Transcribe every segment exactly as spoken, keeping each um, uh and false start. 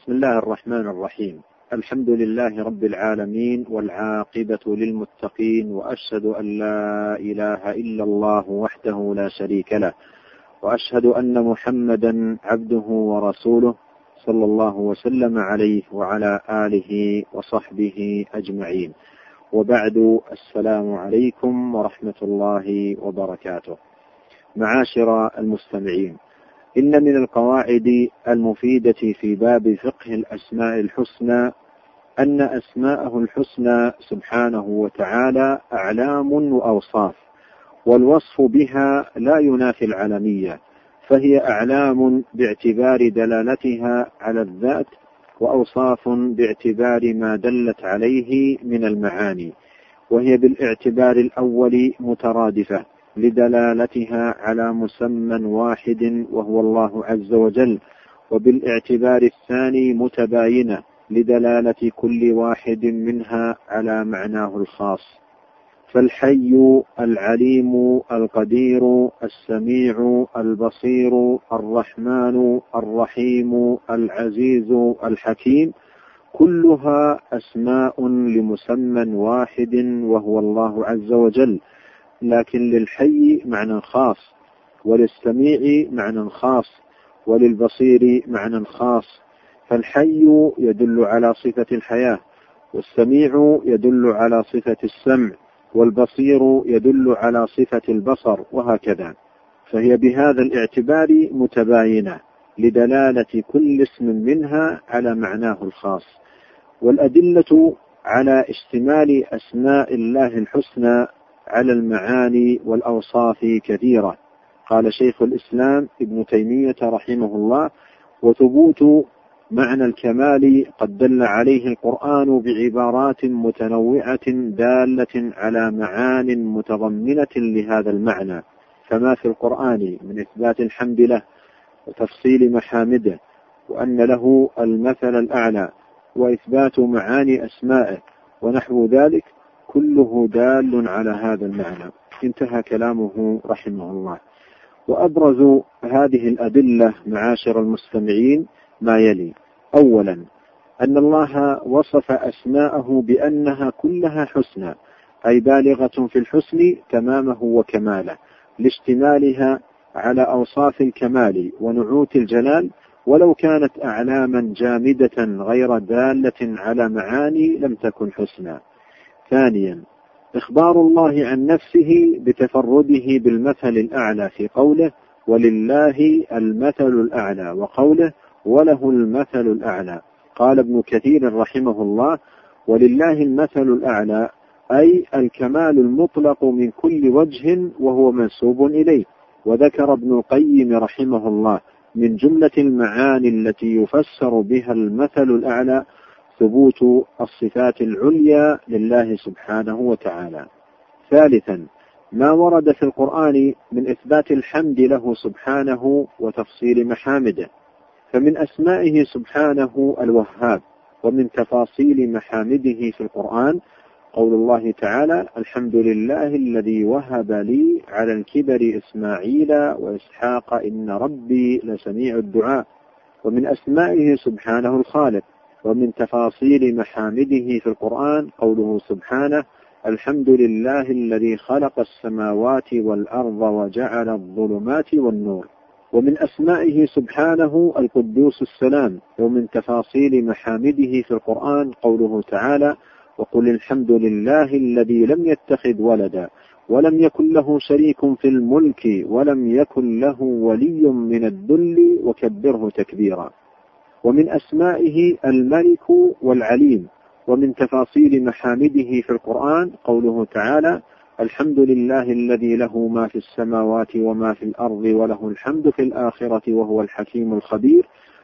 بسم الله الرحمن الرحيم. الحمد لله رب العالمين والعاقبة للمتقين، وأشهد أن لا إله إلا الله وحده لا شريك له، وأشهد أن محمدا عبده ورسوله صلى الله وسلم عليه وعلى آله وصحبه أجمعين، وبعد. السلام عليكم ورحمة الله وبركاته. معاشر المستمعين، إن من القواعد المفيدة في باب فقه الأسماء الحسنى أن أسماءه الحسنى سبحانه وتعالى أعلام وأوصاف، والوصف بها لا ينافي العلمية، فهي أعلام باعتبار دلالتها على الذات، وأوصاف باعتبار ما دلت عليه من المعاني، وهي بالاعتبار الأول مترادفة لدلالتها على مسمى واحد وهو الله عز وجل، وبالاعتبار الثاني متباينة لدلالة كل واحد منها على معناه الخاص. فالحي، العليم، القدير، السميع، البصير، الرحمن، الرحيم، العزيز، الحكيم، كلها أسماء لمسمى واحد وهو الله عز وجل، لكن للحي معنى خاص، وللسميع معنى خاص، وللبصير معنى خاص. فالحي يدل على صفة الحياة، والسميع يدل على صفة السمع، والبصير يدل على صفة البصر، وهكذا. فهي بهذا الاعتبار متباينة لدلالة كل اسم منها على معناه الخاص. والأدلة على اشتمال أسماء الله الحسنى على المعاني والأوصاف كثيرة. قال شيخ الإسلام ابن تيمية رحمه الله: وثبوت معنى الكمال قد دل عليه القرآن بعبارات متنوعة دالة على معان متضمنة لهذا المعنى، فما في القرآن من إثبات الحمد له وتفصيل محامده، وأن له المثل الأعلى، وإثبات معاني أسمائه، ونحو ذلك، كله دال على هذا المعنى. انتهى كلامه رحمه الله. وأبرز هذه الأدلة معاشر المستمعين ما يلي: أولا، أن الله وصف أسماءه بأنها كلها حسنى، أي بالغة في الحسن تمامه وكماله، لاشتمالها على أوصاف الكمال ونعوت الجلال، ولو كانت أعلاما جامدة غير دالة على معاني لم تكن حسنى. ثانيا، إخبار الله عن نفسه بتفرده بالمثل الأعلى في قوله: ولله المثل الأعلى، وقوله: وله المثل الأعلى. قال ابن كثير رحمه الله: ولله المثل الأعلى أي الكمال المطلق من كل وجه وهو منسوب إليه. وذكر ابن القيم رحمه الله من جملة المعاني التي يفسر بها المثل الأعلى ثبوت الصفات العليا لله سبحانه وتعالى. ثالثا، ما ورد في القرآن من إثبات الحمد له سبحانه وتفصيل محامده، فمن أسمائه سبحانه الوهاب، ومن تفاصيل محامده في القرآن قول الله تعالى: الحمد لله الذي وهب لي على الكبر إسماعيل وإسحاق إن ربي لسميع الدعاء. ومن أسمائه سبحانه الخالق، ومن تفاصيل محامده في القرآن قوله سبحانه: الحمد لله الذي خلق السماوات والأرض وجعل الظلمات والنور. ومن أسمائه سبحانه القدوس السلام. ومن تفاصيل محامده في القرآن قوله تعالى: وقل الحمد لله الذي لم يتخذ ولدا ولم يكن له شريك في الملك ولم يكن له ولي من الذل وكبره تكبيرا. ومن أسمائه الملك والعليم. ومن تفاصيل محامده في القرآن قوله تعالى: الحمد لله الذي له ما في السماوات وما في الأرض وله الحمد في الآخرة وهو الحكيم الخبير،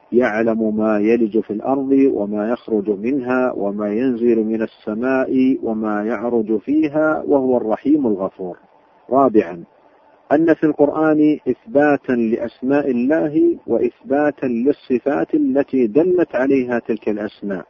يعلم ما يلج في الأرض وما يخرج منها وما ينزل من السماء وما يعرج فيها وهو الرحيم الغفور. رابعا، أن في القرآن إثباتا لأسماء الله وإثباتا للصفات التي دلت عليها تلك الأسماء،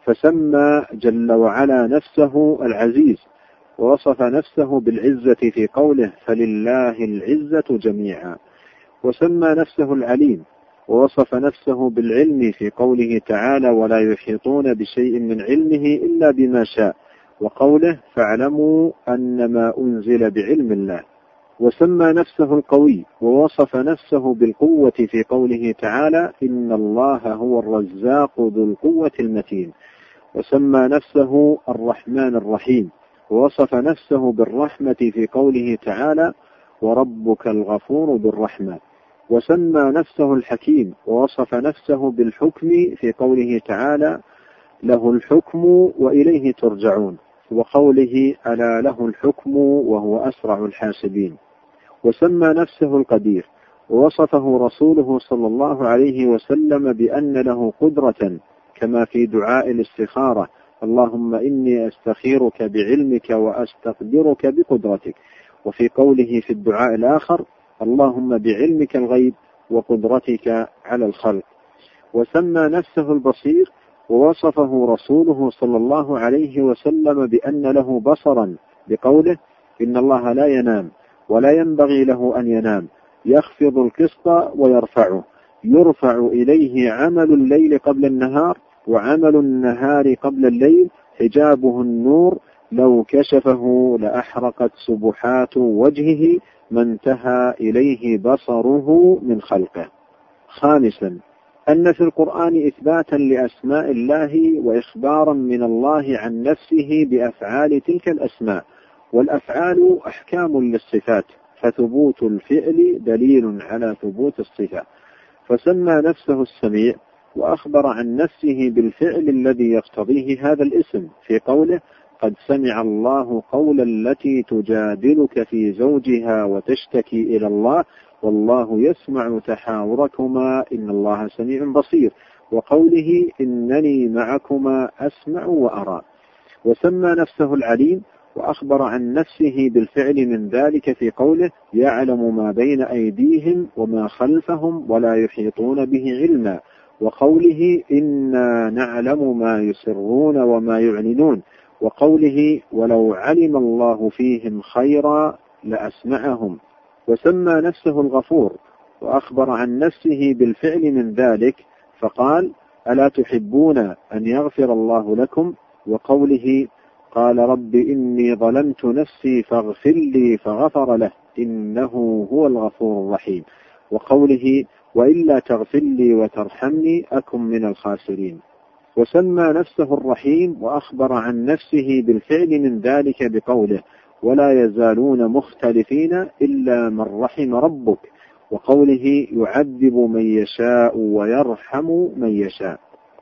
فسمى جل وعلا نفسه العزيز، ووصف نفسه بالعزة في قوله: فلله العزة جميعا. وسمى نفسه العليم، ووصف نفسه بالعلم في قوله تعالى ولا يحيطون بشيء من علمه إلا بما شاء، وقوله فاعلموا أنما أنزل بعلم الله. وسمى نفسه القوي ووصف نفسه بالقوة في قوله تعالى إن الله هو الرزاق ذو القوة المتين. وسمى نفسه الرحمن الرحيم ووصف نفسه بالرحمة في قوله تعالى وربك الغفور بالرحمة. وسمى نفسه الحكيم ووصف نفسه بالحكم في قوله تعالى له الحكم وإليه ترجعون، وقوله ألا له الحكم وهو أسرع الحاسبين. وسمى نفسه القدير ووصفه رسوله صلى الله عليه وسلم بأن له قدرة كما في دعاء الاستخارة اللهم إني أستخيرك بعلمك وأستقدرك بقدرتك، وفي قوله في الدعاء الآخر اللهم بعلمك الغيب وقدرتك على الخلق. وسمى نفسه البصير ووصفه رسوله صلى الله عليه وسلم بأن له بصرا بقوله إن الله لا ينام ولا ينبغي له أن ينام يخفض القسط ويرفعه، يرفع إليه عمل الليل قبل النهار وعمل النهار قبل الليل، حجابه النور لو كشفه لأحرقت سبحات وجهه ما انتهى إليه بصره من خلقه. خامسا أن في القرآن إثباتا لأسماء الله وإخبارا من الله عن نفسه بأفعال تلك الأسماء، والأفعال أحكام للصفات، فثبوت الفعل دليل على ثبوت الصفة. فسمى نفسه السميع وأخبر عن نفسه بالفعل الذي يقتضيه هذا الاسم في قوله قد سمع الله قول التي تجادلك في زوجها وتشتكي إلى الله والله يسمع تحاوركما إن الله سميع بصير، وقوله إنني معكما أسمع وأرى. وسمى نفسه العليم وأخبر عن نفسه بالفعل من ذلك في قوله يعلم ما بين أيديهم وما خلفهم ولا يحيطون به علما، وقوله إنا نعلم ما يسرون وما يعلنون، وقوله ولو علم الله فيهم خيرا لأسمعهم. وسمى نفسه الغفور وأخبر عن نفسه بالفعل من ذلك فقال ألا تحبون أن يغفر الله لكم، وقوله قال رب إني ظلمت نفسي فاغفر لي فغفر له إنه هو الغفور الرحيم، وقوله وإلا تغفر لي وترحمني أكن من الخاسرين. وسمى نفسه الرحيم وأخبر عن نفسه بالفعل من ذلك بقوله ولا يزالون مختلفين إلا من رحم ربك، وقوله يعذب من يشاء ويرحم من يشاء.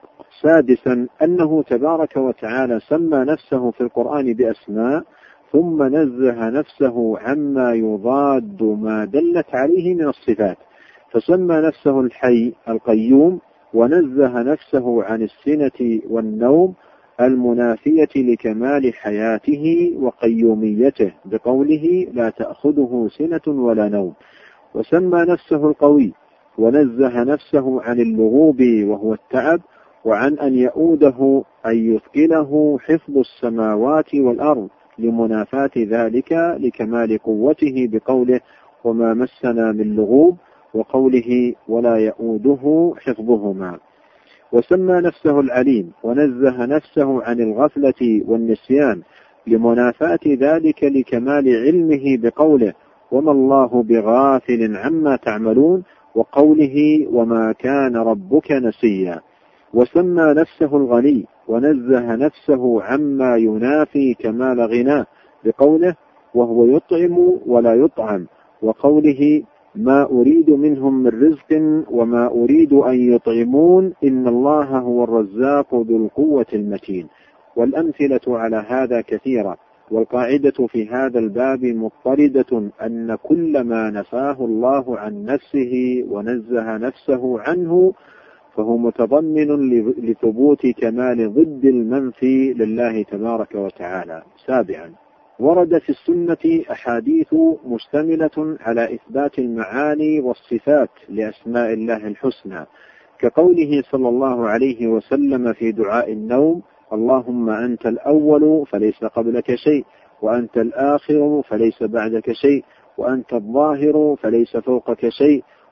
سادسا أنه تبارك وتعالى سمى نفسه في القرآن بأسماء ثم نزه نفسه عما يضاد ما دلت عليه من الصفات، فسمى نفسه الحي القيوم ونزه نفسه عن السنة والنوم المنافية لكمال حياته وقيوميته بقوله لا تأخذه سنة ولا نوم. وسمى نفسه القوي ونزه نفسه عن اللغوب وهو التعب وعن أن يؤوده أن يثقله حفظ السماوات والأرض لمنافاة ذلك لكمال قوته بقوله وما مسنا من لغوب، وقوله ولا يؤوده حفظهما. وسمى نفسه العليم ونزه نفسه عن الغفلة والنسيان لمنافاة ذلك لكمال علمه بقوله وما الله بغافل عما تعملون، وقوله وما كان ربك نسيا. وسمى نفسه الغني ونزه نفسه عما ينافي كمال غناه بقوله وهو يطعم ولا يطعم، وقوله ما أريد منهم من رزق وما أريد أن يطعمون إن الله هو الرزاق ذو القوة المتين. والأمثلة على هذا كثيرة، والقاعدة في هذا الباب مضطردة أن كل ما نفاه الله عن نفسه ونزه نفسه عنه فهو متضمن لثبوت كمال ضد المنفي لله تبارك وتعالى. سابعا ورد في السنة أحاديث مشتملة على إثبات المعاني والصفات لأسماء الله الحسنى، كقوله صلى الله عليه وسلم في دعاء النوم اللهم أنت الأول فليس قبلك شيء، وأنت الآخر فليس بعدك شيء، وأنت الظاهر فليس فوقك شيء،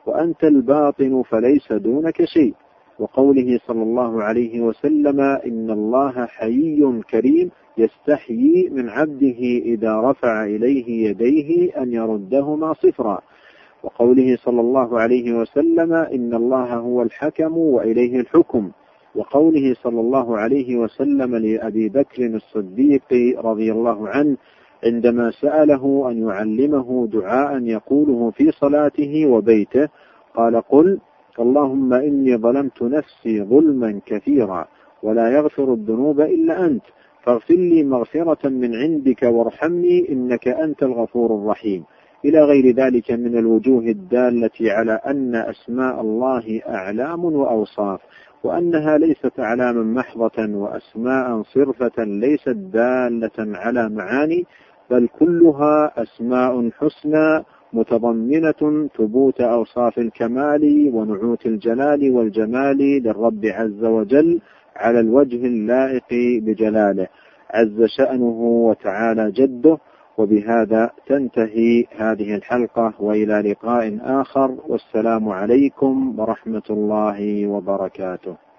وأنت الباطن فليس دونك شيء. وقوله صلى الله عليه وسلم إن الله حيي كريم يستحيي من عبده إذا رفع إليه يديه أن يردهما صفرا. وقوله صلى الله عليه وسلم إن الله هو الحكم وإليه الحكم. وقوله صلى الله عليه وسلم لأبي بكر الصديق رضي الله عنه عندما سأله أن يعلمه دعاء يقوله في صلاته وبيته قال قل اللهم إني ظلمت نفسي ظلما كثيرا ولا يغفر الذنوب إلا أنت فاغفر لي مغفرة من عندك وارحمني إنك أنت الغفور الرحيم، إلى غير ذلك من الوجوه الدالة على أن أسماء الله أعلام وأوصاف، وأنها ليست أعلاما محضة وأسماء صرفة ليست دالة على معاني، بل كلها أسماء حسنى متضمنة ثبوت أوصاف الكمال ونعوت الجلال والجمال للرب عز وجل على الوجه اللائق بجلاله عز شأنه وتعالى جده. وبهذا تنتهي هذه الحلقة، وإلى لقاء آخر، والسلام عليكم ورحمة الله وبركاته.